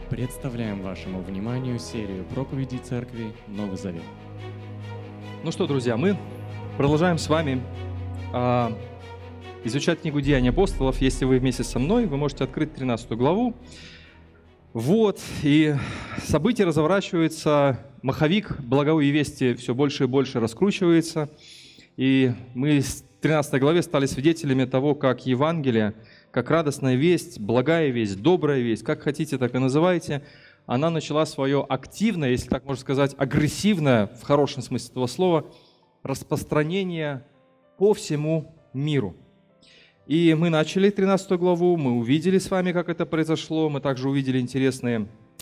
Представляем вашему вниманию серию проповедей Церкви Новый Завет. Ну что, друзья, мы продолжаем с вами изучать книгу «Деяния апостолов». Если вы вместе со мной, вы можете открыть 13 главу. И события разворачиваются, маховик благовой вести все больше и больше раскручивается. И мы в 13 главе стали свидетелями того, как Евангелие, как радостная весть, благая весть, добрая весть, как хотите, так и называйте, она начала свое активное, если так можно сказать, агрессивное, в хорошем смысле этого слова, распространение по всему миру. И мы начали 13 главу, мы увидели с вами, как это произошло, мы также увидели интересные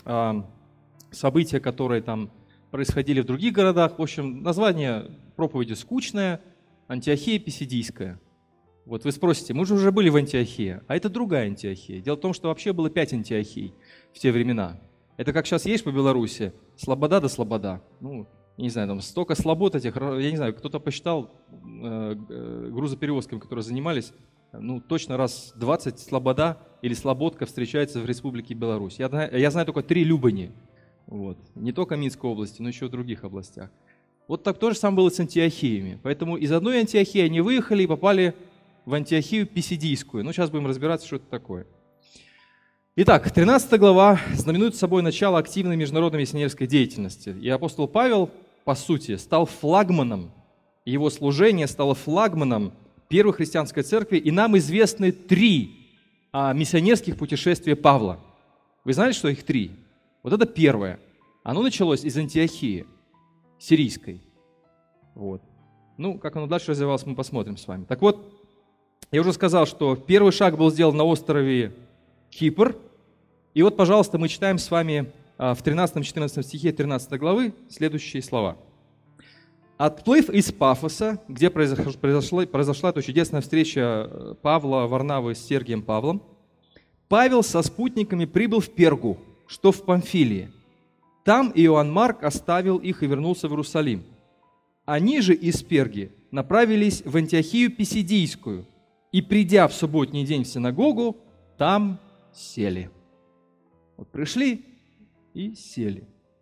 события, которые там происходили в других городах. В общем, название проповеди скучное, Антиохия Писидийская. Вот вы спросите, мы же уже были в Антиохии, а это другая Антиохия. Дело в том, что вообще было 5 Антиохий в те времена. Это как сейчас едешь по Беларуси, слобода до слобода. Ну, не знаю, там столько слобод этих, я не знаю, кто-то посчитал грузоперевозками, которые занимались, ну, точно раз 20 слобода или слободка встречается в Республике Беларусь. Я знаю только 3 Любани. Вот. Не только Минской области, но еще в других областях. Вот так то же самое было с Антиохиями. Поэтому из одной Антиохии они выехали и попали в Антиохию Писидийскую. Ну, сейчас будем разбираться, что это такое. Итак, 13 глава знаменует собой начало активной международной миссионерской деятельности. И апостол Павел, по сути, стал флагманом, его служение стало флагманом первой христианской церкви, и нам известны 3 миссионерских путешествия Павла. Вы знали, что их 3? Вот это первое. Оно началось из Антиохии сирийской. Вот. Ну, как оно дальше развивалось, мы посмотрим с вами. Так вот, я уже сказал, что первый шаг был сделан на острове Кипр. И вот, пожалуйста, мы читаем с вами в 13-14 стихе 13 главы следующие слова. «Отплыв из Пафоса, где произошла эта чудесная встреча Павла, Варнавы с Сергием Павлом, Павел со спутниками прибыл в Пергу, что в Памфилии. Там Иоанн Марк оставил их и вернулся в Иерусалим. Они же из Перги направились в Антиохию Писидийскую, и, придя в субботний день в синагогу, там сели». Вот пришли и сели.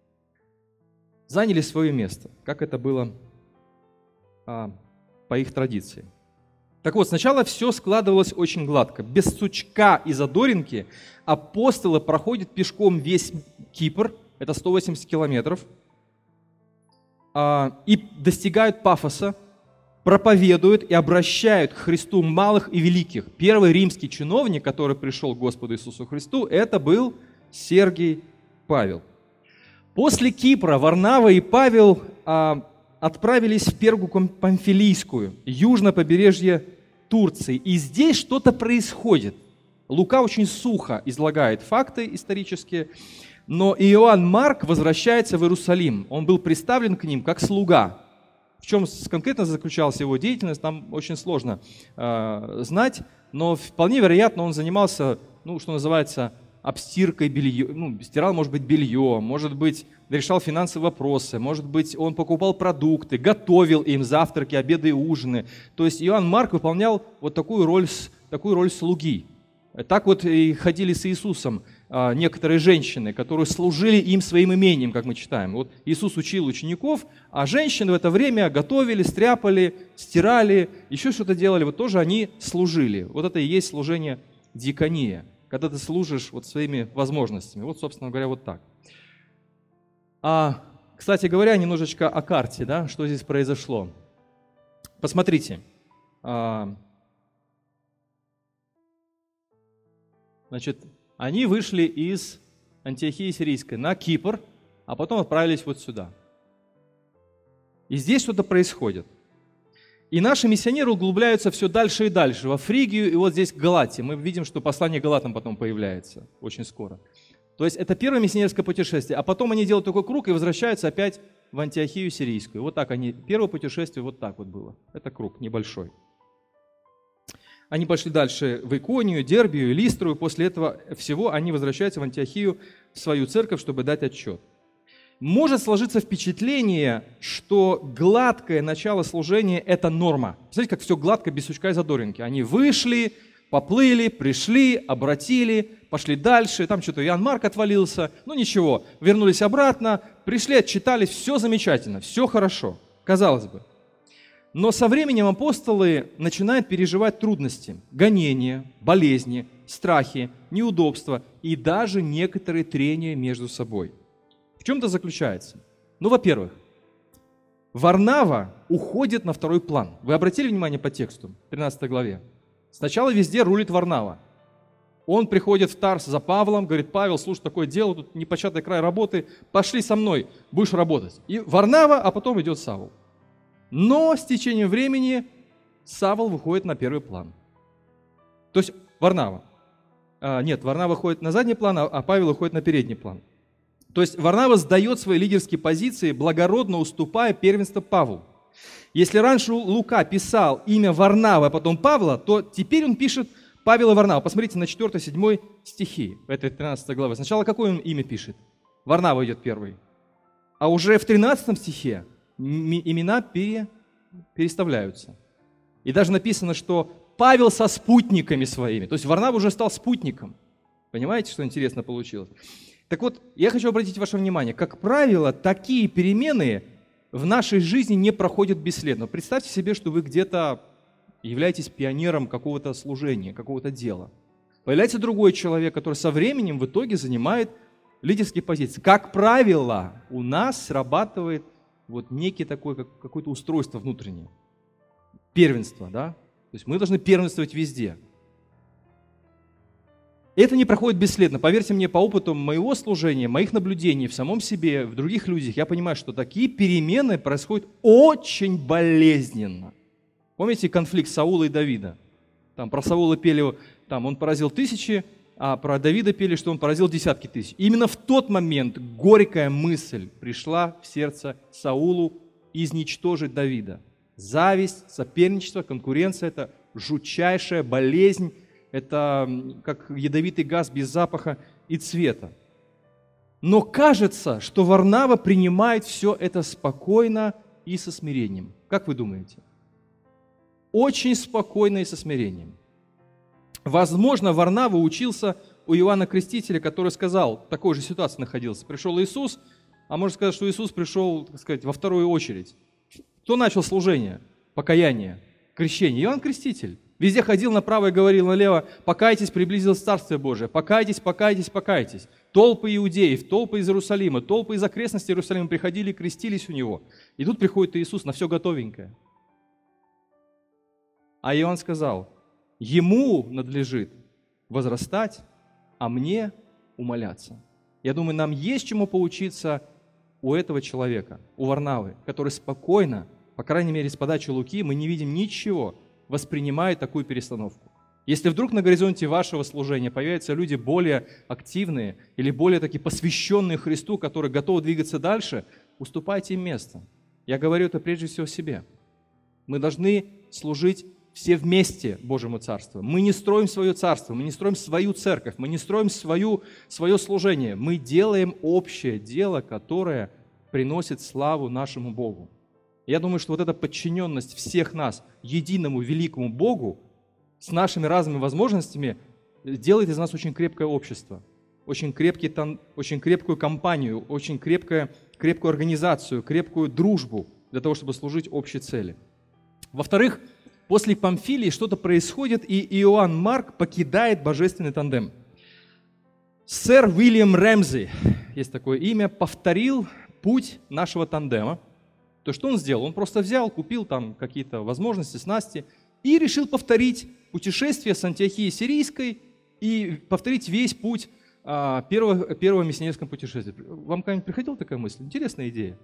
Заняли свое место, как это было по их традиции. Так вот, сначала все складывалось очень гладко. Без сучка и задоринки апостолы проходят пешком весь Кипр, это 180 километров, и достигают Пафоса, проповедуют и обращают к Христу малых и великих. Первый римский чиновник, который пришел к Господу Иисусу Христу, это был Сергий Павел. После Кипра Варнава и Павел отправились в Пергу Памфилийскую, южное побережье Турции. И здесь что-то происходит. Лука очень сухо излагает факты исторические, но Иоанн Марк возвращается в Иерусалим. Он был представлен к ним как слуга. В чем конкретно заключалась его деятельность, нам очень сложно знать, но вполне вероятно, он занимался, что называется, обстиркой белья, стирал, может быть, белье, может быть, решал финансовые вопросы, может быть, он покупал продукты, готовил им завтраки, обеды и ужины. То есть Иоанн Марк выполнял вот такую роль слуги. Так вот и ходили с Иисусом некоторые женщины, которые служили им своим имением, как мы читаем. Вот Иисус учил учеников, а женщины в это время готовили, стряпали, стирали, еще что-то делали. Вот тоже они служили. Вот это и есть служение диакония, когда ты служишь вот своими возможностями. Вот, собственно говоря, вот так. Кстати говоря, немножечко о карте, да, что здесь произошло. Посмотрите. Значит, они вышли из Антиохии Сирийской на Кипр, а потом отправились вот сюда. И здесь что-то происходит. И наши миссионеры углубляются все дальше и дальше, во Фригию и вот здесь в Галатии. Мы видим, что послание Галатам потом появляется очень скоро. То есть это первое миссионерское путешествие, а потом они делают такой круг и возвращаются опять в Антиохию Сирийскую. Вот так первое путешествие вот так вот было. Это круг небольшой. Они пошли дальше в Иконию, Дербию, Листру, и после этого всего они возвращаются в Антиохию, в свою церковь, чтобы дать отчет. Может сложиться впечатление, что гладкое начало служения – это норма. Знаете, как все гладко, без сучка и задоринки. Они вышли, поплыли, пришли, обратили, пошли дальше, там что-то Иоанн Марк отвалился, ну ничего, вернулись обратно, пришли, отчитались, все замечательно, все хорошо, казалось бы. Но со временем апостолы начинают переживать трудности, гонения, болезни, страхи, неудобства и даже некоторые трения между собой. В чем это заключается? Ну, во-первых, Варнава уходит на второй план. Вы обратили внимание по тексту, 13 главе? Сначала везде рулит Варнава. Он приходит в Тарс за Павлом, говорит: Павел, слушай, такое дело, тут непочатый край работы, пошли со мной, будешь работать. И Варнава, а потом идет Савл. Но с течением времени Савл выходит на первый план. То есть Варнава выходит на задний план, а Павел выходит на передний план. То есть Варнава сдает свои лидерские позиции, благородно уступая первенство Павлу. Если раньше Лука писал имя Варнава, а потом Павла, то теперь он пишет Павел и Варнава. Посмотрите на 4-7 стихи этой 13 главы. Сначала какое он имя пишет? Варнава идет первый. А уже в 13 стихе имена переставляются. И даже написано, что Павел со спутниками своими. То есть Варнава уже стал спутником. Понимаете, что интересно получилось? Так вот, я хочу обратить ваше внимание. Как правило, такие перемены в нашей жизни не проходят бесследно. Представьте себе, что вы где-то являетесь пионером какого-то служения, какого-то дела. Появляется другой человек, который со временем в итоге занимает лидерские позиции. Как правило, у нас срабатывает вот некий такой, какое-то устройство внутреннее. Первенство, да? То есть мы должны первенствовать везде. Это не проходит бесследно. Поверьте мне, по опыту моего служения, моих наблюдений в самом себе, в других людях, я понимаю, что такие перемены происходят очень болезненно. Помните конфликт Саула и Давида? Там про Саула пели, там он поразил тысячи, а про Давида пели, что он поразил десятки тысяч. Именно в тот момент горькая мысль пришла в сердце Саулу изничтожить Давида. Зависть, соперничество, конкуренция – это жутчайшая болезнь, это как ядовитый газ без запаха и цвета. Но кажется, что Варнава принимает все это спокойно и со смирением. Как вы думаете? Очень спокойно и со смирением. Возможно, Варнава учился у Иоанна Крестителя, который сказал, в такой же ситуации находился. Пришел Иисус, а можно сказать, что Иисус пришел, так сказать, во вторую очередь. Кто начал служение, покаяние, крещение? Иоанн Креститель. Везде ходил направо и говорил налево: покайтесь, приблизилось Царствие Божие, покайтесь, покайтесь, покайтесь. Толпы иудеев, толпы из Иерусалима, толпы из окрестностей Иерусалима приходили и крестились у него. И тут приходит Иисус на все готовенькое. А Иоанн сказал: ему надлежит возрастать, а мне умоляться. Я думаю, нам есть чему поучиться у этого человека, у Варнавы, который спокойно, по крайней мере, с подачи Луки, мы не видим ничего, воспринимает такую перестановку. Если вдруг на горизонте вашего служения появятся люди более активные или более такие посвященные Христу, которые готовы двигаться дальше, уступайте им место. Я говорю это прежде всего себе. Мы должны служить все вместе Божьему Царству. Мы не строим свое царство, мы не строим свою церковь, мы не строим свое служение. Мы делаем общее дело, которое приносит славу нашему Богу. Я думаю, что вот эта подчиненность всех нас единому великому Богу с нашими разными возможностями делает из нас очень крепкое общество, очень крепкую компанию, очень крепкую организацию, крепкую дружбу для того, чтобы служить общей цели. Во-вторых, после Памфилии что-то происходит, и Иоанн Марк покидает божественный тандем. Сэр Уильям Рэмзи, есть такое имя, повторил путь нашего тандема. То, что он сделал? Он просто взял, купил там какие-то возможности, снасти и решил повторить путешествие с Антиохии Сирийской и повторить весь путь первого миссионерского путешествия. Вам когда-нибудь приходила такая мысль? Интересная идея.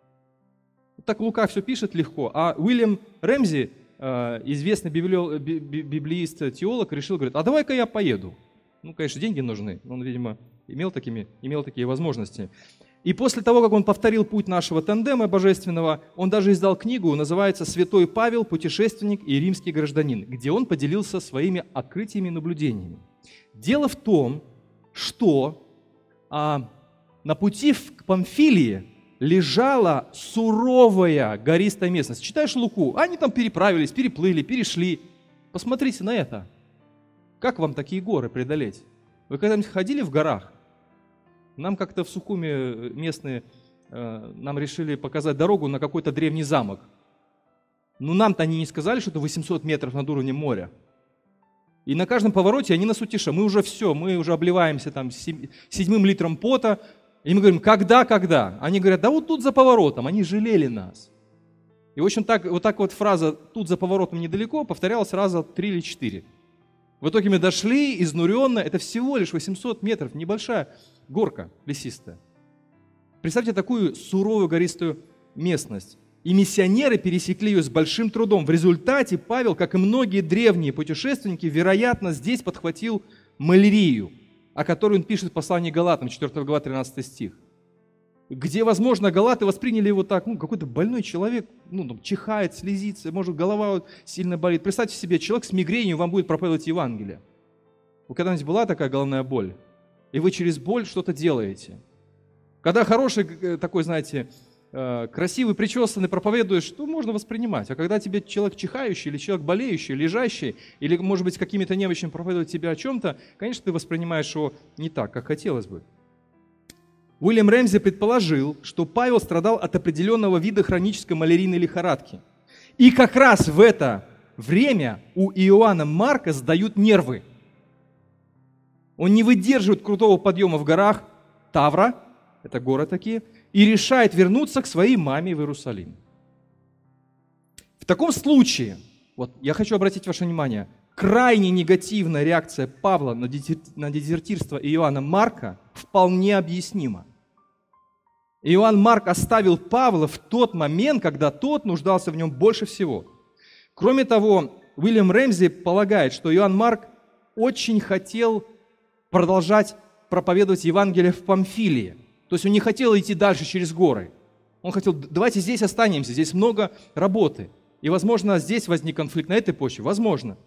Так Лука все пишет легко, а Уильям Рэмзи, известный библеист, теолог, решил, говорит: а давай-ка я поеду. Ну, конечно, деньги нужны. Он, видимо, имел такие возможности. И после того, как он повторил путь нашего тандема божественного, он даже издал книгу, называется «Святой Павел, путешественник и римский гражданин», где он поделился своими открытиями и наблюдениями. Дело в том, что на пути к Памфилии лежала суровая гористая местность. Читаешь Луку, они там переправились, переплыли, перешли. Посмотрите на это. Как вам такие горы преодолеть? Вы когда-нибудь ходили в горах? Нам как-то в Сухуме местные нам решили показать дорогу на какой-то древний замок. Но нам-то они не сказали, что это 800 метров над уровнем моря. И на каждом повороте они нас утешают. Мы уже все, мы уже обливаемся там 7 литром пота. И мы говорим, когда? Они говорят, да вот тут за поворотом. Они жалели нас. И в общем вот так вот фраза «тут за поворотом недалеко» повторялась раза 3 или 4. В итоге мы дошли, изнуренно, это всего лишь 800 метров, небольшая горка лесистая. Представьте такую суровую гористую местность. И миссионеры пересекли ее с большим трудом. В результате Павел, как и многие древние путешественники, вероятно, здесь подхватил малярию, о которой он пишет в послании Галатам, 4 глава, 13 стих. Где, возможно, галаты восприняли его так, какой-то больной человек, там, чихает, слезится, может, голова сильно болит. Представьте себе, человек с мигренью вам будет проповедовать Евангелие. У когда-нибудь была такая головная боль? И вы через боль что-то делаете. Когда хороший такой, знаете, красивый, причесанный проповедуешь, то можно воспринимать. А когда тебе человек чихающий, или человек болеющий, лежащий, или, может быть, с какими-то немощами проповедует тебе о чем-то, конечно, ты воспринимаешь его не так, как хотелось бы. Уильям Рэмзи предположил, что Павел страдал от определенного вида хронической малярийной лихорадки. И как раз в это время у Иоанна Марка сдают нервы. Он не выдерживает крутого подъема в горах Тавра, это горы такие, и решает вернуться к своей маме в Иерусалим. В таком случае, я хочу обратить ваше внимание, крайне негативная реакция Павла на дезертирство Иоанна Марка вполне объяснима. Иоанн Марк оставил Павла в тот момент, когда тот нуждался в нем больше всего. Кроме того, Уильям Рэмзи полагает, что Иоанн Марк очень хотел продолжать проповедовать Евангелие в Памфилии. То есть он не хотел идти дальше через горы. Он хотел, давайте здесь останемся, здесь много работы. И, возможно, здесь возник конфликт на этой почве. Возможно.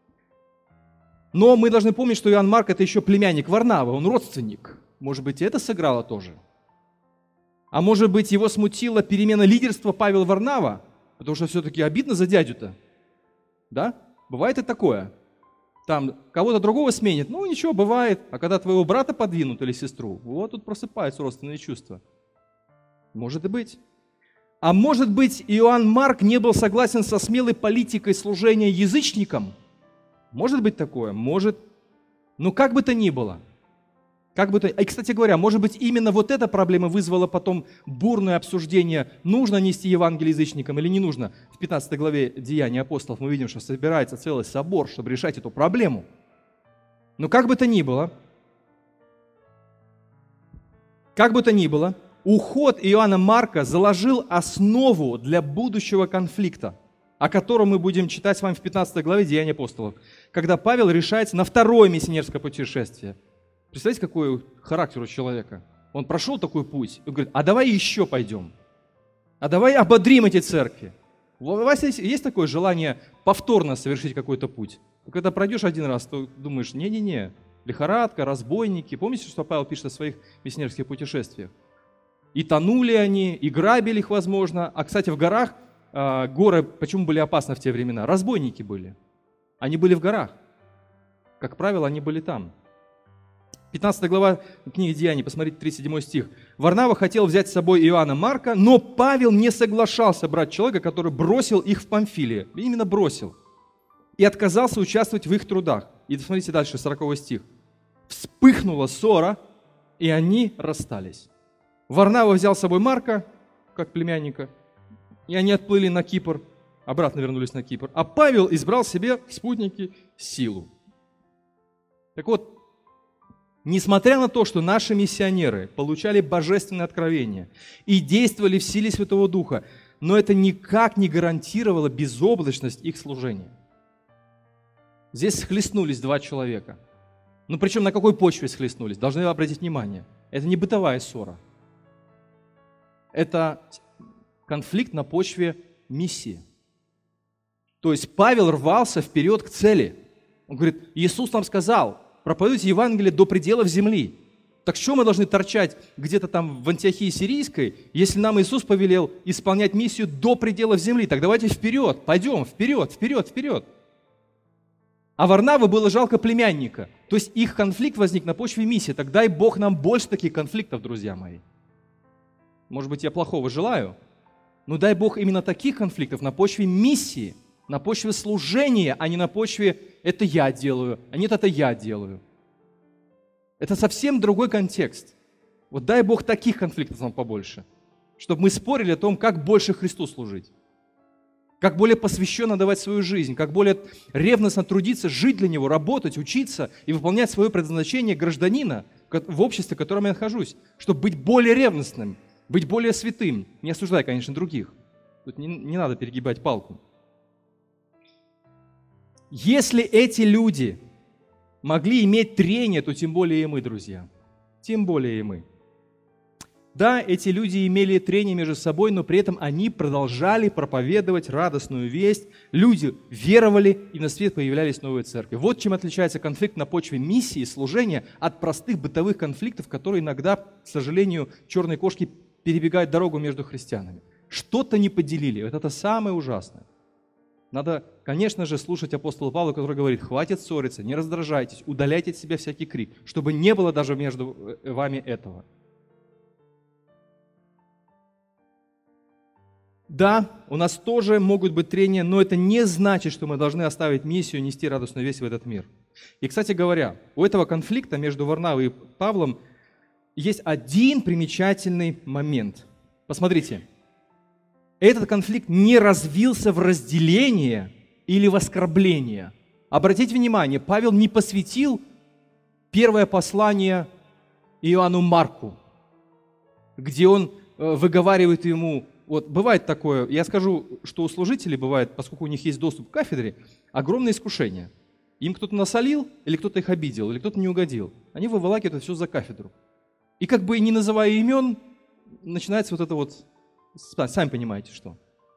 Но мы должны помнить, что Иоанн Марк – это еще племянник Варнавы, он родственник. Может быть, и это сыграло тоже. А может быть, его смутила перемена лидерства Павел Варнава, потому что все-таки обидно за дядю-то. Да? Бывает и такое. Там кого-то другого сменит, ничего, бывает. А когда твоего брата подвинут или сестру, тут просыпаются родственные чувства. Может и быть. А может быть, Иоанн Марк не был согласен со смелой политикой служения язычникам? Может быть такое? Может. Но как бы то ни было. И, кстати говоря, может быть, именно вот эта проблема вызвала потом бурное обсуждение, нужно нести Евангелие язычникам или не нужно. В 15 главе Деяний апостолов мы видим, что собирается целый собор, чтобы решать эту проблему. Но как бы то ни было, уход Иоанна Марка заложил основу для будущего конфликта, о котором мы будем читать с вами в 15 главе Деяний апостолов, когда Павел решается на второе миссионерское путешествие. Представляете, какой характер у человека? Он прошел такой путь и говорит, а давай еще пойдем. А давай ободрим эти церкви. У вас есть такое желание повторно совершить какой-то путь? Когда пройдешь один раз, то думаешь, не-не-не, лихорадка, разбойники. Помните, что Павел пишет о своих миссионерских путешествиях? И тонули они, и грабили их, возможно. А, кстати, в горах, горы почему были опасны в те времена? Разбойники были. Они были в горах. Как правило, они были там. 15 глава книги Деяний, посмотрите, 37 стих. Варнава хотел взять с собой Иоанна Марка, но Павел не соглашался брать человека, который бросил их в Памфилии. Именно бросил. И отказался участвовать в их трудах. И смотрите дальше, 40 стих. Вспыхнула ссора, и они расстались. Варнава взял с собой Марка, как племянника, и они отплыли на Кипр, обратно вернулись на Кипр. А Павел избрал себе в спутники Силу. Так вот, несмотря на то, что наши миссионеры получали божественное откровение и действовали в силе Святого Духа, но это никак не гарантировало безоблачность их служения. Здесь схлестнулись два человека. Причем на какой почве схлестнулись? Должны обратить внимание. Это не бытовая ссора. Это конфликт на почве миссии. То есть Павел рвался вперед к цели. Он говорит, Иисус нам сказал, проповедуйте Евангелие до пределов земли. Так что мы должны торчать где-то там в Антиохии Сирийской, если нам Иисус повелел исполнять миссию до пределов земли? Так давайте вперед, пойдем, вперед. А Варнавы было жалко племянника. То есть их конфликт возник на почве миссии. Так дай Бог нам больше таких конфликтов, друзья мои. Может быть, я плохого желаю, но дай Бог именно таких конфликтов на почве миссии, на почве служения, а не на почве «это я делаю», а нет, это я делаю. Это совсем другой контекст. Вот дай Бог таких конфликтов нам побольше, чтобы мы спорили о том, как больше Христу служить, как более посвященно давать свою жизнь, как более ревностно трудиться, жить для Него, работать, учиться и выполнять свое предназначение гражданина в обществе, в котором я нахожусь, чтобы быть более ревностным, быть более святым, не осуждая, конечно, других. Тут не надо перегибать палку. Если эти люди могли иметь трение, то тем более и мы, друзья. Тем более и мы. Да, эти люди имели трение между собой, но при этом они продолжали проповедовать радостную весть. Люди веровали, и на свет появлялись новые церкви. Вот чем отличается конфликт на почве миссии и служения от простых бытовых конфликтов, которые иногда, к сожалению, черные кошки перебегают дорогу между христианами. Что-то не поделили. Вот это самое ужасное. Надо, конечно же, слушать апостола Павла, который говорит: хватит ссориться, не раздражайтесь, удаляйте от себя всякий крик, чтобы не было даже между вами этого. Да, у нас тоже могут быть трения, но это не значит, что мы должны оставить миссию нести радостную весть в этот мир. И, кстати говоря, у этого конфликта между Варнавой и Павлом есть один примечательный момент. Посмотрите, этот конфликт не развился в разделение или в оскорбление. Обратите внимание, Павел не посвятил первое послание Иоанну Марку, где он выговаривает ему. Вот бывает такое, я скажу, что у служителей бывает, поскольку у них есть доступ к кафедре, огромное искушение. Им кто-то насолил, или кто-то их обидел, или кто-то не угодил. Они выволакивают это все за кафедру. И как бы не называя имен, начинается вот это вот, сами понимаете, что.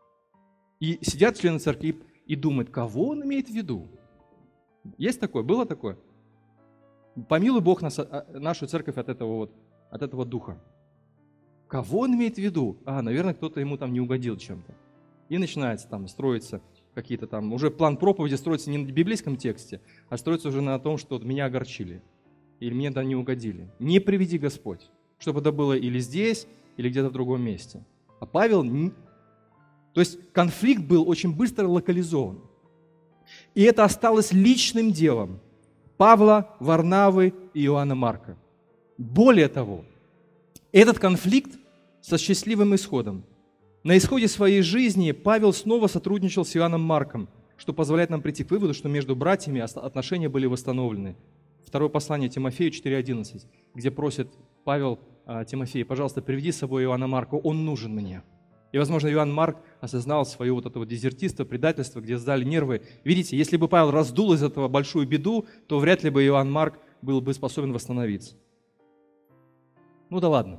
И сидят члены церкви и думают, кого он имеет в виду. Есть такое? Было такое? Помилуй Бог нашу церковь от этого духа. Кого он имеет в виду? Наверное, кто-то ему там не угодил чем-то. И начинается там строиться какие-то там, уже план проповеди строится не на библейском тексте, а строится уже на том, что меня огорчили, или мне там не угодили. Не приведи Господь, чтобы это было или здесь, или где-то в другом месте. А Павел, то есть конфликт был очень быстро локализован. И это осталось личным делом Павла, Варнавы и Иоанна Марка. Более того, этот конфликт со счастливым исходом. На исходе своей жизни Павел снова сотрудничал с Иоанном Марком, что позволяет нам прийти к выводу, что между братьями отношения были восстановлены. Второе послание Тимофею 4:11, где просит Павел Тимофея: пожалуйста, приведи с собой Иоанна Марка, он нужен мне. И, возможно, Иоанн Марк осознал свое вот это вот дезертирство, предательство, где сдали нервы. Видите, если бы Павел раздул из этого большую беду, то вряд ли бы Иоанн Марк был бы способен восстановиться. Ну да ладно.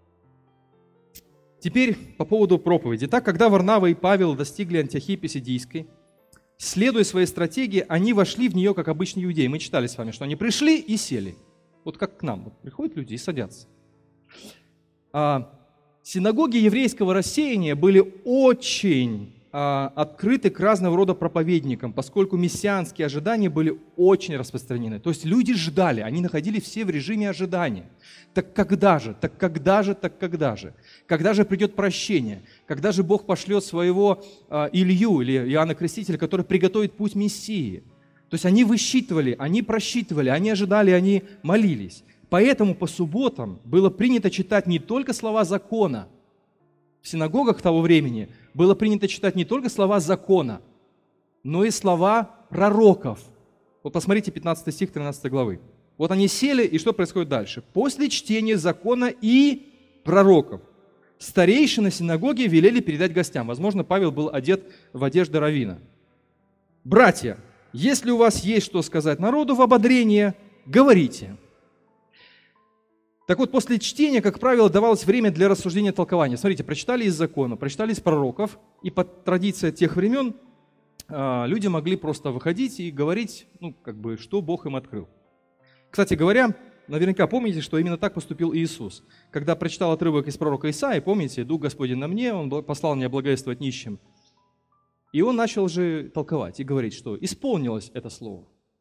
Теперь по поводу проповеди. Так, когда Варнава и Павел достигли Антиохии Писидийской, следуя своей стратегии, они вошли в нее как обычные иудеи. Мы читали с вами, что они пришли и сели. Вот как к нам. Вот приходят люди и садятся. Синагоги еврейского рассеяния были очень открыты к разного рода проповедникам, поскольку мессианские ожидания были очень распространены. То есть люди ждали, они находились все в режиме ожидания. Так когда же? Так когда же? Так когда же? Когда же придет прощение? Когда же Бог пошлет своего Илью или Иоанна Крестителя, который приготовит путь Мессии? То есть они высчитывали, они просчитывали, они ожидали, они молились. Поэтому по субботам было принято читать не только слова закона. В синагогах того времени было принято читать не только слова закона, но и слова пророков. Вот посмотрите 15 стих 13 главы. Вот они сели, и что происходит дальше? После чтения закона и пророков старейшины синагоги велели передать гостям. Возможно, Павел был одет в одежды раввина. «Братья, если у вас есть что сказать народу в ободрение, говорите». Так вот, после чтения, как правило, давалось время для рассуждения толкования. Смотрите, прочитали из закона, прочитали из пророков, и по традиции тех времен люди могли просто выходить и говорить, что Бог им открыл. Кстати говоря, наверняка помните, что именно так поступил Иисус. Когда прочитал отрывок из пророка Исаии, помните, «Дух Господень на мне, Он послал меня благовествовать нищим». И Он начал же толковать и говорить, что исполнилось это слово.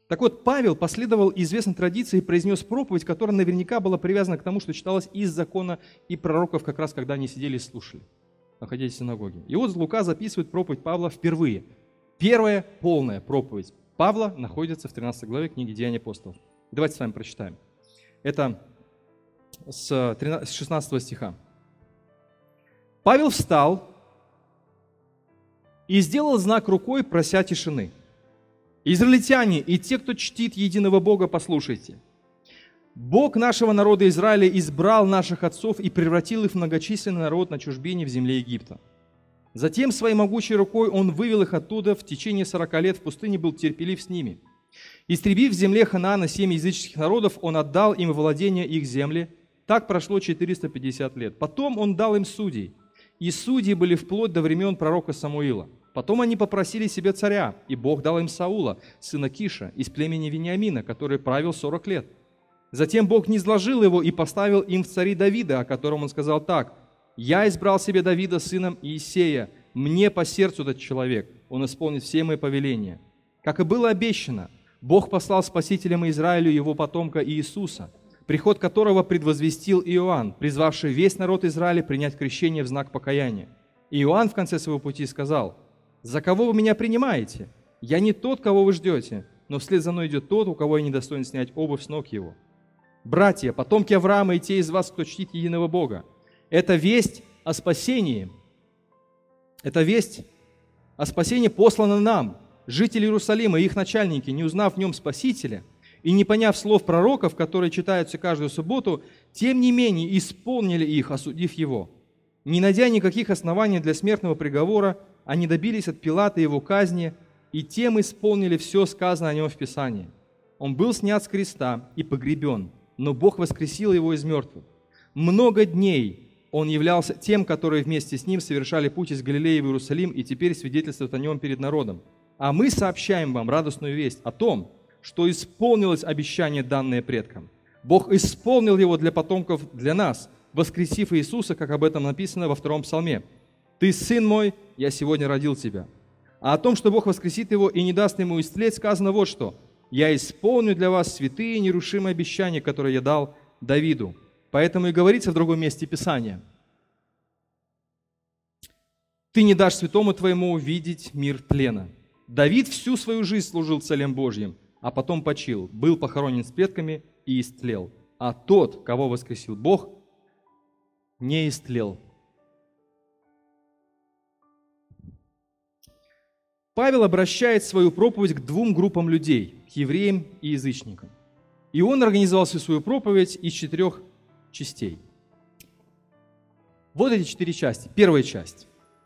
Так вот, Павел последовал известной традиции и произнес проповедь, которая наверняка была привязана к тому, что читалось из закона и пророков, как раз когда они сидели и слушали, находясь в синагоге. И вот Лука записывает проповедь Павла впервые. Первая полная проповедь Павла находится в 13 главе книги «Деяния апостолов». Давайте с вами прочитаем. Это с 16 стиха. «Павел встал и сделал знак рукой, прося тишины. Израильтяне и те, кто чтит единого Бога, послушайте. Бог нашего народа Израиля избрал наших отцов и превратил их в многочисленный народ на чужбине в земле Египта. Затем своей могучей рукой Он вывел их оттуда, в течение 40 лет в пустыне был терпелив с ними. Истребив в земле Ханаана 7 языческих народов, Он отдал им владение их земли. Так прошло 450 лет. Потом Он дал им судей, и судьи были вплоть до времен пророка Самуила. Потом они попросили себе царя, и Бог дал им Саула, сына Киша, из племени Вениамина, который правил 40 лет. Затем Бог низложил его и поставил им в цари Давида, о котором Он сказал так: «Я избрал себе Давида сыном Иессея, мне по сердцу этот человек, он исполнит все мои повеления». Как и было обещано, Бог послал Спасителем Израилю его потомка Иисуса, приход которого предвозвестил Иоанн, призвавший весь народ Израиля принять крещение в знак покаяния. И Иоанн в конце своего пути сказал: «За кого вы меня принимаете? Я не тот, кого вы ждете, но вслед за мной идет тот, у кого я недостоин снять обувь с ног его». Братья, потомки Авраама и те из вас, кто чтит единого Бога, это весть о спасении. Это весть о спасении послана нам, жители Иерусалима и их начальники, не узнав в нем Спасителя и не поняв слов пророков, которые читаются каждую субботу, тем не менее исполнили их, осудив его. Не найдя никаких оснований для смертного приговора, они добились от Пилата его казни, и тем исполнили все сказанное о нем в Писании. Он был снят с креста и погребен, но Бог воскресил его из мертвых. Много дней он являлся тем, которые вместе с ним совершали путь из Галилеи в Иерусалим и теперь свидетельствуют о нем перед народом. А мы сообщаем вам радостную весть о том, что исполнилось обещание, данное предкам. Бог исполнил его для потомков, для нас, воскресив Иисуса, как об этом написано во 2 псалме. «Ты, сын мой, я сегодня родил тебя». А о том, что Бог воскресит его и не даст ему истлеть, сказано вот что: «Я исполню для вас святые и нерушимые обещания, которые я дал Давиду». Поэтому и говорится в другом месте Писания: «Ты не дашь святому твоему увидеть мир тлена». Давид всю свою жизнь служил целям Божьим, а потом почил, был похоронен с предками и истлел. А тот, кого воскресил Бог, не истлел. Павел обращает свою проповедь к 2 группам людей, к евреям и язычникам. И он организовал всю свою проповедь из 4 частей. Вот эти 4 части. Первая часть.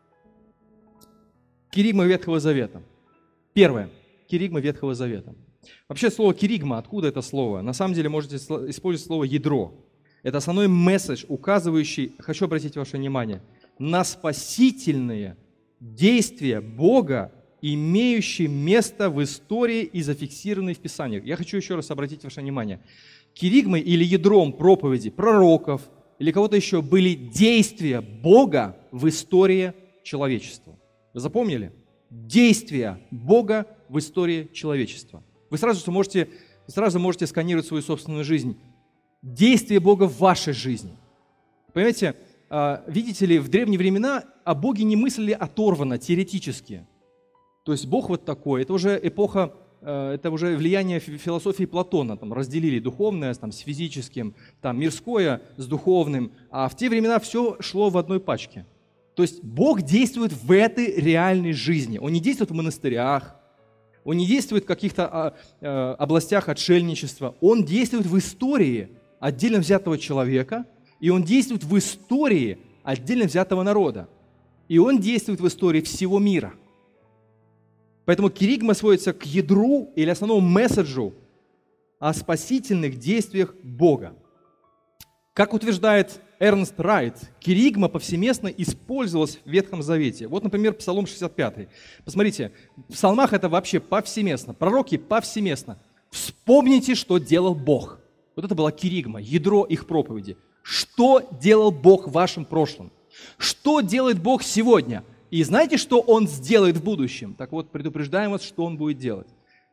Киригма Ветхого Завета. Первое. Киригма Ветхого Завета. Вообще слово киригма, откуда это слово? На самом деле можете использовать слово ядро. Это основной месседж, указывающий, хочу обратить ваше внимание, на спасительные действия Бога, имеющие место в истории и зафиксированные в Писаниях. Я хочу еще раз обратить ваше внимание. Киригмой или ядром проповеди пророков или кого-то еще были действия Бога в истории человечества. Вы запомнили? Действия Бога в истории человечества. Вы сразу можете сканировать свою собственную жизнь. Действия Бога в вашей жизни. Понимаете, видите ли, в древние времена о Боге не мыслили оторванно, теоретически. То есть Бог вот такой, это уже эпоха, это уже влияние философии Платона, там разделили духовное там, с физическим, там, мирское с духовным, а в те времена все шло в одной пачке. То есть Бог действует в этой реальной жизни, Он не действует в монастырях, Он не действует в каких-то областях отшельничества, Он действует в истории отдельно взятого человека, и Он действует в истории отдельно взятого народа, и Он действует в истории всего мира. Поэтому киригма сводится к ядру или основному месседжу о спасительных действиях Бога. Как утверждает Эрнст Райт, киригма повсеместно использовалась в Ветхом Завете. Вот, например, Псалом 65. Посмотрите, в псалмах это вообще повсеместно. Пророки повсеместно. Вспомните, что делал Бог. Вот это была киригма, ядро их проповеди. Что делал Бог в вашем прошлом? Что делает Бог сегодня? И знаете, что Он сделает в будущем? Так вот, предупреждаем вас, что Он будет делать.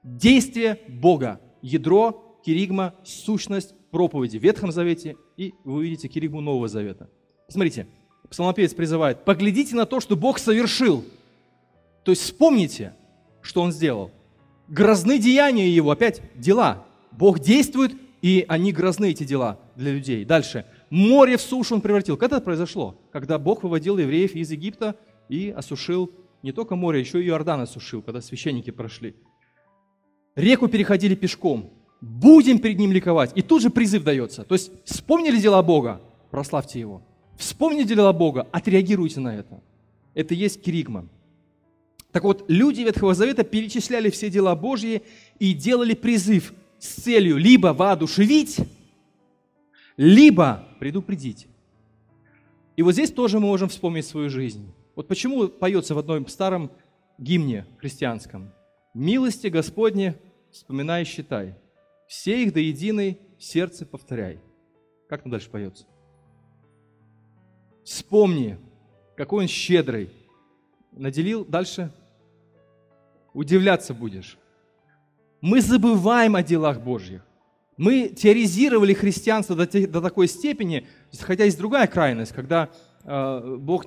Действие Бога. Ядро, киригма, сущность проповеди в Ветхом Завете, и вы увидите киригму Нового Завета. Смотрите, псалмопевец призывает: поглядите на то, что Бог совершил. То есть вспомните, что Он сделал. Грозны деяния Его, опять дела. Бог действует, и они грозны, эти дела, для людей. Дальше. Море в сушу Он превратил. Когда это произошло? Когда Бог выводил евреев из Египта и осушил не только море, еще и Иордан осушил, когда священники прошли. Реку переходили пешком. Будем перед Ним ликовать. И тут же призыв дается. То есть вспомнили дела Бога? Прославьте Его. Вспомнили дела Бога? Отреагируйте на это. Это и есть киригма. Так вот, люди Ветхого Завета перечисляли все дела Божьи и делали призыв с целью либо воодушевить, либо предупредить. И вот здесь тоже мы можем вспомнить свою жизнь. Вот почему поется в одном старом гимне христианском: «Милости Господне вспоминай и считай, все их до единой в сердце повторяй». Как там дальше поется? Вспомни, какой Он щедрый. Наделил, дальше удивляться будешь. Мы забываем о делах Божьих. Мы теоризировали христианство до такой степени, хотя есть другая крайность, когда Бог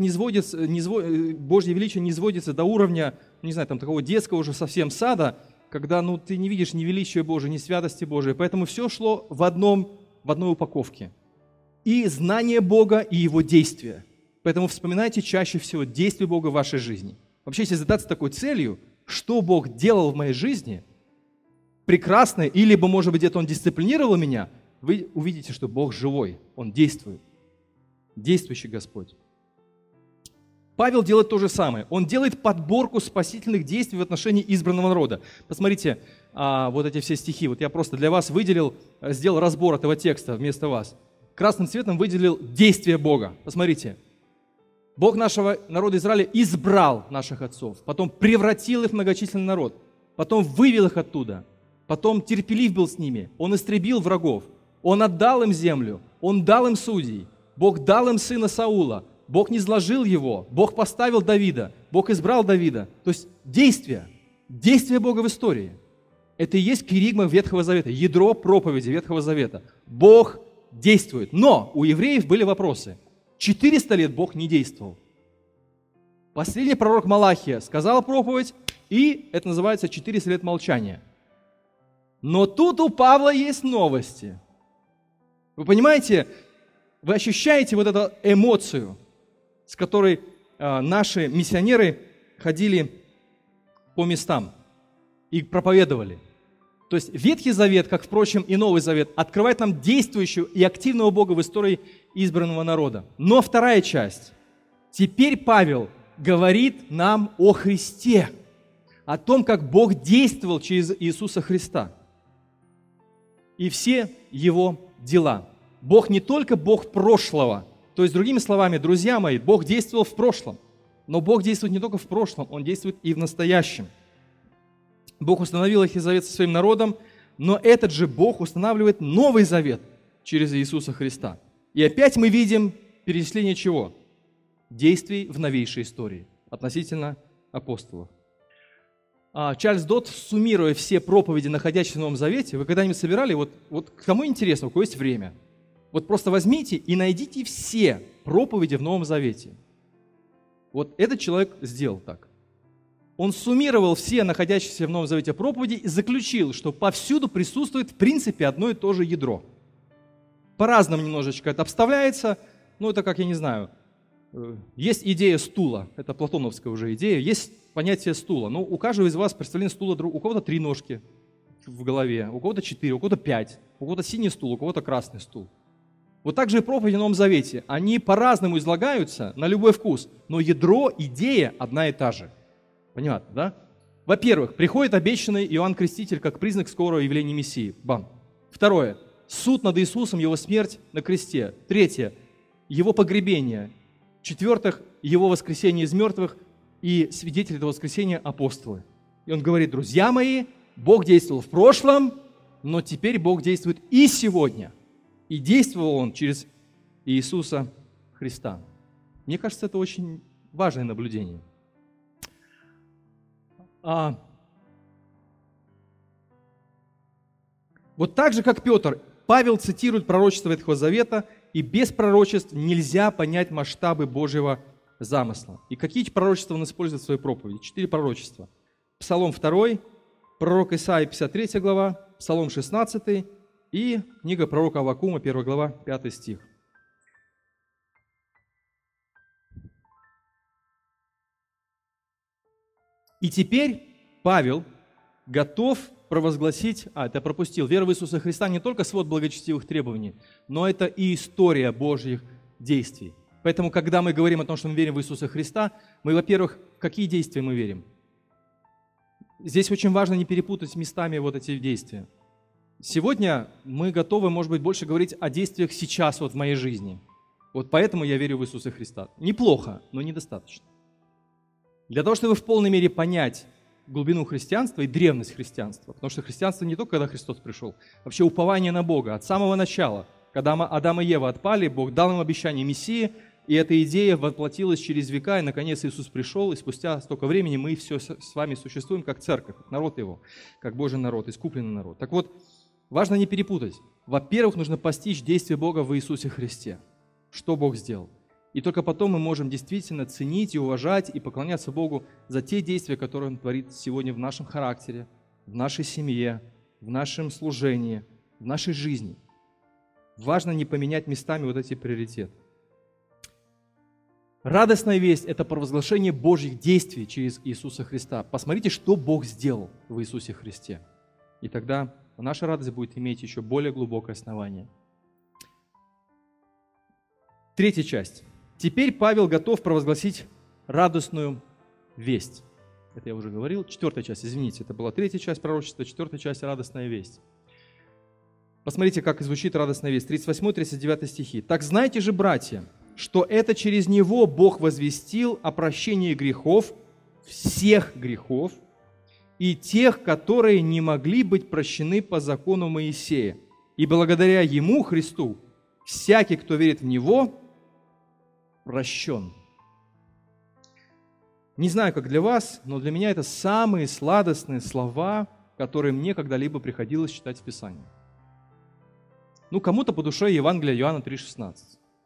Божье величие не сводится до уровня, не знаю, там такого детского уже совсем сада, когда ты не видишь ни величия Божия, ни святости Божией. Поэтому все шло в одной упаковке. И знание Бога, и Его действия. Поэтому вспоминайте чаще всего действия Бога в вашей жизни. Вообще, если задаться такой целью, что Бог делал в моей жизни, прекрасно, или, либо, может быть, где-то Он дисциплинировал меня, вы увидите, что Бог живой, Он действует. Действующий Господь. Павел делает то же самое. Он делает подборку спасительных действий в отношении избранного народа. Посмотрите, вот эти все стихи. Вот я просто для вас сделал разбор этого текста вместо вас. Красным цветом выделил действия Бога. Посмотрите. Бог нашего народа Израиля избрал наших отцов, потом превратил их в многочисленный народ, потом вывел их оттуда, потом терпелив был с ними, Он истребил врагов, Он отдал им землю, Он дал им судей, Бог дал им сына Саула, Бог низложил его, Бог поставил Давида, Бог избрал Давида. То есть действия Бога в истории. Это и есть киригма Ветхого Завета, ядро проповеди Ветхого Завета. Бог действует. Но у евреев были вопросы. 400 лет Бог не действовал. Последний пророк Малахия сказал проповедь, и это называется 400 лет молчания. Но тут у Павла есть новости. Вы понимаете, вы ощущаете вот эту эмоцию, с которой наши миссионеры ходили по местам и проповедовали. То есть Ветхий Завет, как, впрочем, и Новый Завет, открывает нам действующего и активного Бога в истории избранного народа. Но вторая часть. Теперь Павел говорит нам о Христе, о том, как Бог действовал через Иисуса Христа и все Его дела. Бог не только Бог прошлого, то есть, другими словами, друзья мои, Бог действовал в прошлом, но Бог действует не только в прошлом, Он действует и в настоящем. Бог установил Ветхий Завет со своим народом, но этот же Бог устанавливает Новый Завет через Иисуса Христа. И опять мы видим перечисление чего? Действий в новейшей истории относительно апостолов. Чарльз Дотт, суммируя все проповеди, находящиеся в Новом Завете, вы когда-нибудь собирали, вот кому интересно, у кого есть время, вот просто возьмите и найдите все проповеди в Новом Завете. Вот этот человек сделал так. Он суммировал все находящиеся в Новом Завете проповеди и заключил, что повсюду присутствует в принципе одно и то же ядро. По-разному немножечко это обставляется, это как, я не знаю, есть идея стула, это платоновская уже идея, есть понятие стула. У каждого из вас представление стула, у кого-то 3 ножки в голове, у кого-то 4, у кого-то 5, у кого-то синий стул, у кого-то красный стул. Вот так же и проповеди в Новом Завете, они по-разному излагаются на любой вкус, но ядро, идея одна и та же. Понятно, да? Во-первых, приходит обещанный Иоанн Креститель как признак скорого явления Мессии. Бам. Второе. Суд над Иисусом, Его смерть на кресте. Третье. Его погребение. В-четвертых, Его воскресение из мертвых и свидетели этого воскресения апостолы. И он говорит: друзья мои, Бог действовал в прошлом, но теперь Бог действует и сегодня. И действовал Он через Иисуса Христа. Мне кажется, это очень важное наблюдение. Вот так же, как Петр, Павел цитирует пророчество Ветхого Завета, и без пророчеств нельзя понять масштабы Божьего замысла. И какие пророчества он использует в своей проповеди? 4 пророчества. Псалом 2, пророк Исаия, 53 глава, Псалом 16 и книга пророка Аввакума, 1 глава, 5 стих. И теперь Павел готов провозгласить, это пропустил, вера в Иисуса Христа не только свод благочестивых требований, но это и история Божьих действий. Поэтому, когда мы говорим о том, что мы верим в Иисуса Христа, мы, во-первых, в какие действия мы верим? Здесь очень важно не перепутать местами вот эти действия. Сегодня мы готовы, может быть, больше говорить о действиях сейчас вот в моей жизни. Вот поэтому я верю в Иисуса Христа. Неплохо, но недостаточно. Для того, чтобы в полной мере понять глубину христианства и древность христианства, потому что христианство не только когда Христос пришел, вообще упование на Бога от самого начала. Когда Адам и Ева отпали, Бог дал им обещание Мессии, и эта идея воплотилась через века, и наконец Иисус пришел, и спустя столько времени мы все с вами существуем как церковь, как народ Его, как Божий народ, искупленный народ. Так вот, важно не перепутать. Во-первых, нужно постичь действие Бога в Иисусе Христе. Что Бог сделал? И только потом мы можем действительно ценить и уважать и поклоняться Богу за те действия, которые Он творит сегодня в нашем характере, в нашей семье, в нашем служении, в нашей жизни. Важно не поменять местами вот эти приоритеты. Радостная весть – это провозглашение Божьих действий через Иисуса Христа. Посмотрите, что Бог сделал в Иисусе Христе. И тогда наша радость будет иметь еще более глубокое основание. Третья часть. Теперь Павел готов провозгласить радостную весть. Это я уже говорил. 4-я часть, извините, это была 3-я часть пророчества, 4-я часть – радостная весть. Посмотрите, как звучит радостная весть. 38-39 стихи. «Так знайте же, братья, что это через Него Бог возвестил о прощении грехов, всех грехов, и тех, которые не могли быть прощены по закону Моисея. И благодаря Ему, Христу, всякий, кто верит в Него, прощен». Не знаю, как для вас, но для меня это самые сладостные слова, которые мне когда-либо приходилось читать в Писании. Кому-то по душе Евангелие Иоанна 3,16.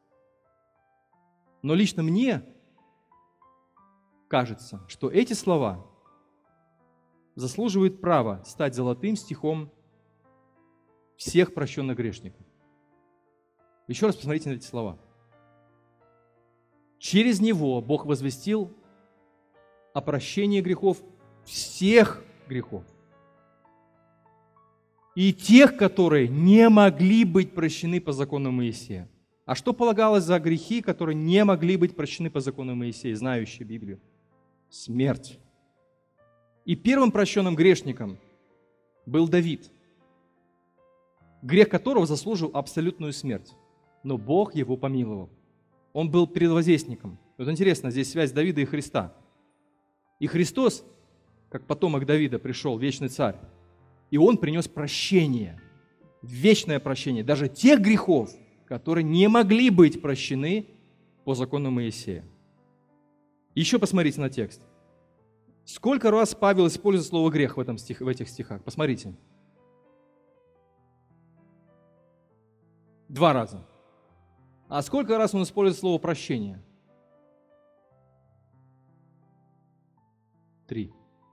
Но лично мне кажется, что эти слова заслуживают права стать золотым стихом всех прощенных грешников. Еще раз посмотрите на эти слова. Через Него Бог возвестил о прощении грехов, всех грехов. И тех, которые не могли быть прощены по закону Моисея. А что полагалось за грехи, которые не могли быть прощены по закону Моисея, знающие Библию? Смерть. И первым прощенным грешником был Давид, грех которого заслужил абсолютную смерть. Но Бог его помиловал. Он был предвозвестником. Вот интересно, здесь связь Давида и Христа. И Христос, как потомок Давида, пришел, вечный царь, и Он принес прощение, вечное прощение, даже тех грехов, которые не могли быть прощены по закону Моисея. Еще посмотрите на текст. Сколько раз Павел использует слово «грех» в этих стихах? Посмотрите. 2 раза. А сколько раз он использует слово «прощение»? 3.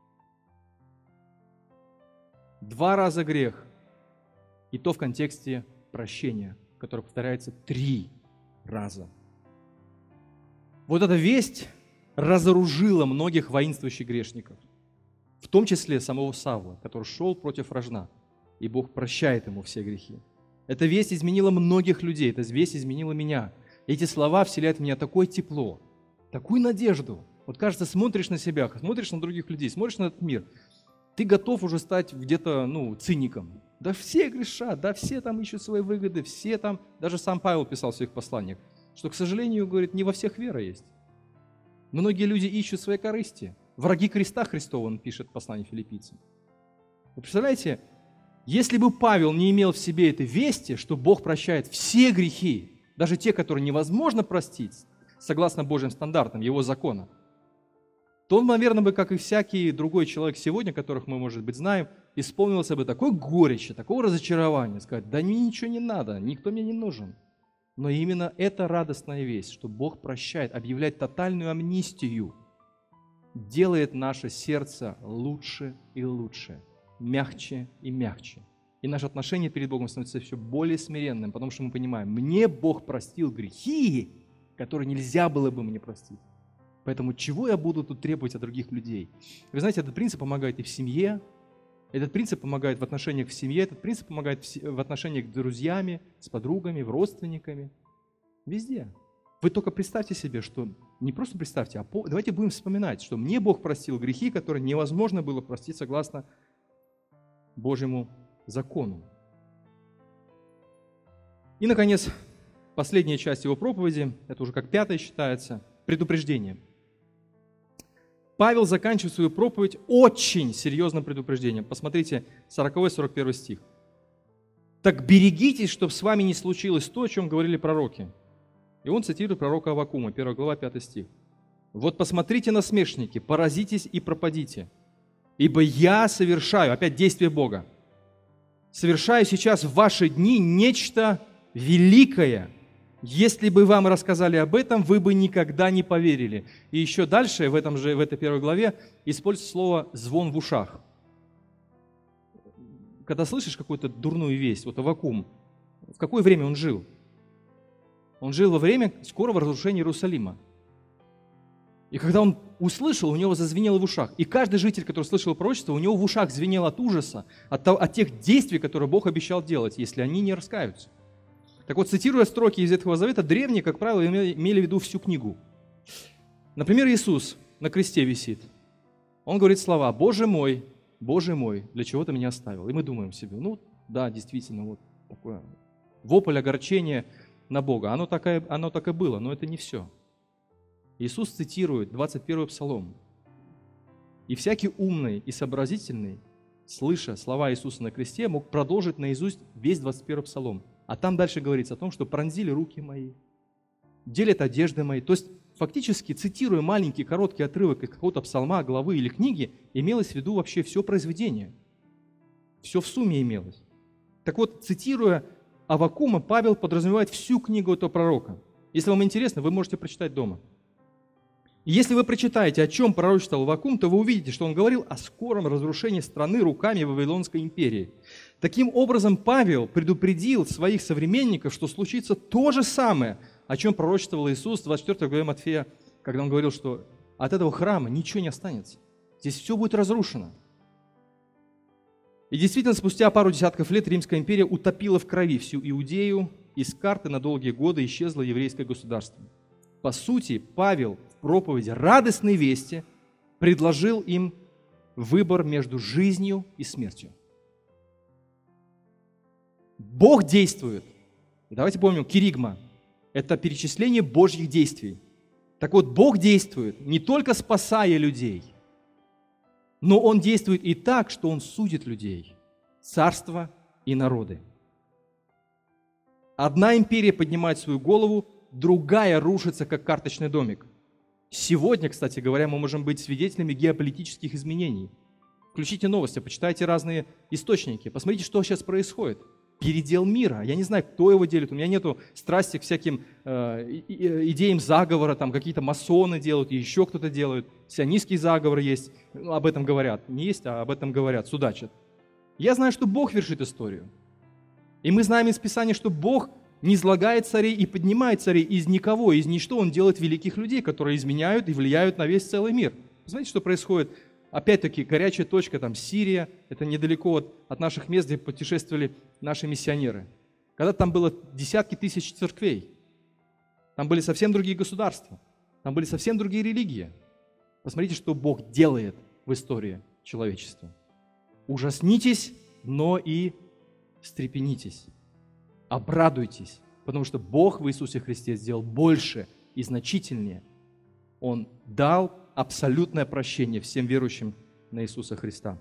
2 раза грех. И то в контексте прощения, которое повторяется 3 раза. Вот эта весть разоружила многих воинствующих грешников, в том числе самого Савла, который шел против вражда, и Бог прощает ему все грехи. Эта весть изменила многих людей, эта весть изменила меня. Эти слова вселяют в меня такое тепло, такую надежду. Вот кажется, смотришь на себя, смотришь на других людей, смотришь на этот мир, ты готов уже стать где-то, циником. Да все грешат, да все там ищут свои выгоды, все там, даже сам Павел писал в своих посланиях, что, к сожалению, говорит, не во всех вера есть. Многие люди ищут свои корысти. Враги креста Христова, он пишет в послании филиппийцам. Вы представляете, если бы Павел не имел в себе этой вести, что Бог прощает все грехи, даже те, которые невозможно простить, согласно Божьим стандартам, Его закона, то он, наверное, бы, как и всякий другой человек сегодня, которых мы, может быть, знаем, исполнился бы такой горечи, такого разочарования, сказать, да мне ничего не надо, никто мне не нужен. Но именно эта радостная весть, что Бог прощает, объявляет тотальную амнистию, делает наше сердце лучше и лучше, мягче и мягче. И наше отношение перед Богом становится все более смиренным, потому что мы понимаем, мне Бог простил грехи, которые нельзя было бы мне простить. Поэтому чего я буду тут требовать от других людей? Вы знаете, этот принцип помогает и в семье, этот принцип помогает в отношениях в семье, этот принцип помогает в отношениях с друзьями, с подругами, с родственниками. Везде. Вы только представьте себе, что не просто представьте, а давайте будем вспоминать, что мне Бог простил грехи, которые невозможно было простить согласно Божьему закону. И, наконец, последняя часть его проповеди, это уже как 5-я считается, предупреждение. Павел заканчивает свою проповедь очень серьезным предупреждением. Посмотрите, 40-41 стих. «Так берегитесь, чтобы с вами не случилось то, о чем говорили пророки». И он цитирует пророка Аввакума, 1 глава, 5 стих. «Вот посмотрите, насмешники, поразитесь и пропадите, ибо я совершаю», опять действие Бога, «совершаю сейчас в ваши дни нечто великое. Если бы вам рассказали об этом, вы бы никогда не поверили». И еще дальше, в этой 1 главе, используется слово «звон в ушах». Когда слышишь какую-то дурную весть, вот Аввакум, в какое время он жил? Он жил во время скорого разрушения Иерусалима. И когда он услышал, у него зазвенело в ушах. И каждый житель, который слышал пророчество, у него в ушах звенело от ужаса, от тех действий, которые Бог обещал делать, если они не раскаются. Так вот, цитируя строки из Ветхого Завета, древние, как правило, имели в виду всю книгу. Например, Иисус на кресте висит. Он говорит слова: Боже мой, для чего ты меня оставил?» И мы думаем себе, ну да, действительно, вот такое вопль огорчения на Бога. Оно так и было, но это не все. Иисус цитирует 21-й Псалом. И всякий умный и сообразительный, слыша слова Иисуса на кресте, мог продолжить наизусть весь 21-й Псалом. А там дальше говорится о том, что пронзили руки мои, делят одежды мои. То есть фактически, цитируя маленький короткий отрывок из какого-то псалма, главы или книги, имелось в виду вообще все произведение. Все в сумме имелось. Так вот, цитируя Аввакума, Павел подразумевает всю книгу этого пророка. Если вам интересно, вы можете прочитать дома. И если вы прочитаете, о чем пророчествовал Аввакум, то вы увидите, что он говорил о скором разрушении страны руками Вавилонской империи. Таким образом, Павел предупредил своих современников, что случится то же самое, о чем пророчествовал Иисус в 24 главе Матфея, когда он говорил, что от этого храма ничего не останется. Здесь все будет разрушено. И действительно, спустя пару десятков лет Римская империя утопила в крови всю Иудею, из карты на долгие годы исчезло еврейское государство. По сути, Павел в проповеди радостной вести предложил им выбор между жизнью и смертью. Бог действует. Давайте помним, киригма – это перечисление Божьих действий. Так вот, Бог действует не только спасая людей, но Он действует и так, что Он судит людей, царства и народы. Одна империя поднимает свою голову, другая рушится, как карточный домик. Сегодня, кстати говоря, мы можем быть свидетелями геополитических изменений. Включите новости, почитайте разные источники, посмотрите, что сейчас происходит. Передел мира. Я не знаю, кто его делит. У меня нету страсти к всяким идеям заговора, там какие-то масоны делают, и еще кто-то делает. Сионистский заговор есть, об этом говорят. Не есть, а об этом говорят, судачат. Я знаю, что Бог вершит историю. И мы знаем из Писания, что Бог низлагает царей и поднимает царей из никого, из ничто. Он делает великих людей, которые изменяют и влияют на весь целый мир. Знаете, что происходит? Опять-таки, горячая точка, там Сирия, это недалеко от наших мест, где путешествовали наши миссионеры. Когда там было десятки тысяч церквей, там были совсем другие государства, там были совсем другие религии. Посмотрите, что Бог делает в истории человечества. Ужаснитесь, но и встрепенитесь, обрадуйтесь, потому что Бог в Иисусе Христе сделал больше и значительнее. Он дал абсолютное прощение всем верующим на Иисуса Христа.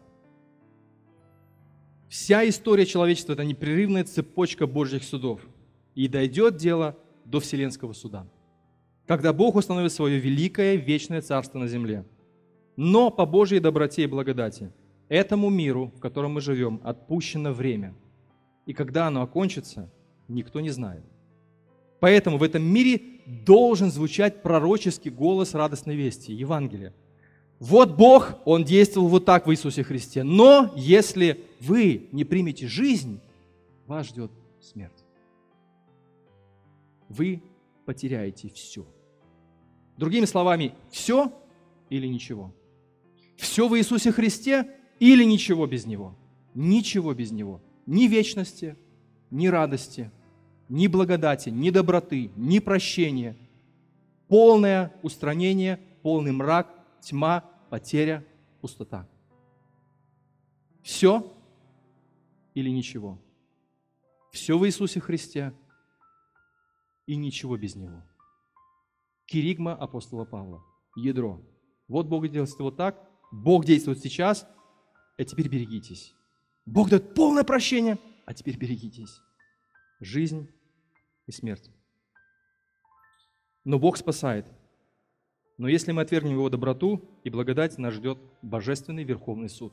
Вся история человечества – это непрерывная цепочка Божьих судов. И дойдет дело до Вселенского суда, когда Бог установит свое великое вечное царство на земле. Но по Божьей доброте и благодати Этому миру, в котором мы живем, отпущено время. И когда оно окончится, никто не знает. Поэтому в этом мире должен звучать пророческий голос радостной вести, Евангелия. Вот Бог, Он действовал вот так в Иисусе Христе. Но если вы не примете жизнь, вас ждет смерть. Вы потеряете все. Другими словами, все или ничего. Все в Иисусе Христе или ничего без Него. Ничего без Него. Ни вечности, ни радости, ни благодати, ни доброты, ни прощения. Полное устранение, полный мрак, тьма, потеря, пустота. Все или ничего. Все в Иисусе Христе и ничего без Него. Киригма апостола Павла. Ядро. Вот Бог действует вот так, Бог действует сейчас, а теперь берегитесь. Бог дает полное прощение, а теперь берегитесь. Жизнь и смерть. Но Бог спасает. Но если мы отвергнем Его доброту и благодать, нас ждет божественный верховный суд.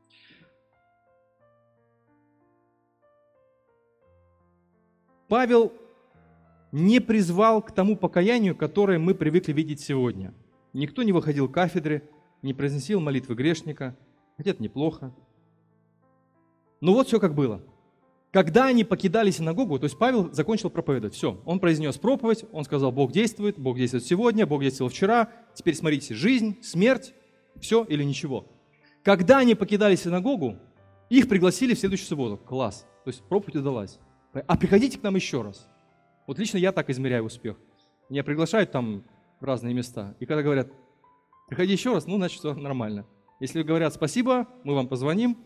Павел не призвал к тому покаянию, которое мы привыкли видеть сегодня. Никто не выходил к кафедре, не произносил молитвы грешника, хотя это неплохо. Но вот все как было. Когда они покидали синагогу, то есть Павел закончил проповедовать, все, он произнес проповедь, он сказал, Бог действует сегодня, Бог действовал вчера, теперь смотрите, жизнь, смерть, все или ничего. Когда они покидали синагогу, их пригласили в следующую субботу. Класс, то есть проповедь удалась. А приходите к нам еще раз. Вот лично я так измеряю успех. Меня приглашают там в разные места, и когда говорят, приходи еще раз, ну, значит, все нормально. Если говорят спасибо, мы вам позвоним,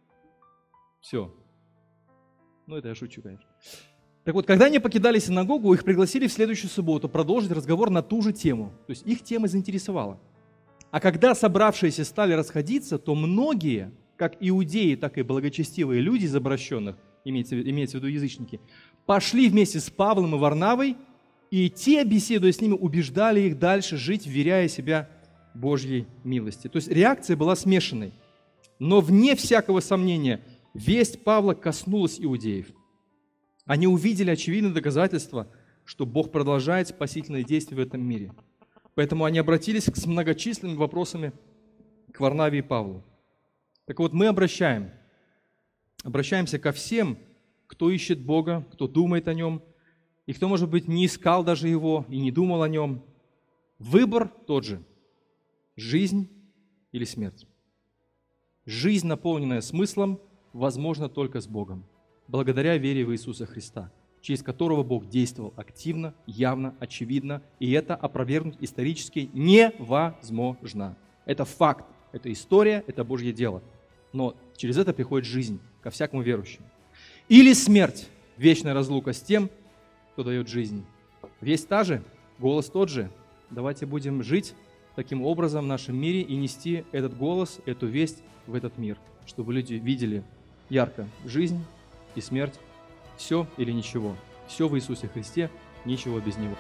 все. Ну, это я шучу, конечно. Так вот, когда они покидали синагогу, их пригласили в следующую субботу продолжить разговор на ту же тему. То есть их тема заинтересовала. А когда собравшиеся стали расходиться, то многие, как иудеи, так и благочестивые люди из обращенных, имеется в виду язычники, пошли вместе с Павлом и Варнавой, и те, беседуя с ними, убеждали их дальше жить, вверяя себя Божьей милости. То есть реакция была смешанной. Но вне всякого сомнения, весть Павла коснулась иудеев. Они увидели очевидное доказательство, что Бог продолжает спасительные действия в этом мире. Поэтому они обратились с многочисленными вопросами к Варнаве и Павлу. Так вот, мы обращаемся ко всем, кто ищет Бога, кто думает о Нем, и кто, может быть, не искал даже Его и не думал о Нем. Выбор тот же – жизнь или смерть. Жизнь, наполненная смыслом, возможно только с Богом, благодаря вере в Иисуса Христа, через которого Бог действовал активно, явно, очевидно, и это опровергнуть исторически невозможно. Это факт, это история, это Божье дело. Но через это приходит жизнь ко всякому верующему. Или смерть, вечная разлука с тем, кто дает жизнь. Весть та же, голос тот же. Давайте будем жить таким образом в нашем мире и нести этот голос, эту весть в этот мир, чтобы люди видели ярко жизнь и смерть, все или ничего. Все в Иисусе Христе, ничего без Него.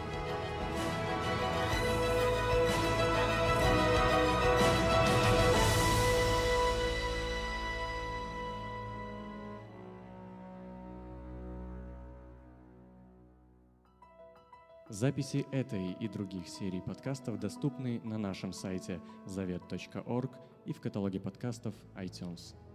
Записи этой и других серий подкастов доступны на нашем сайте завет.орг и в каталоге подкастов iTunes.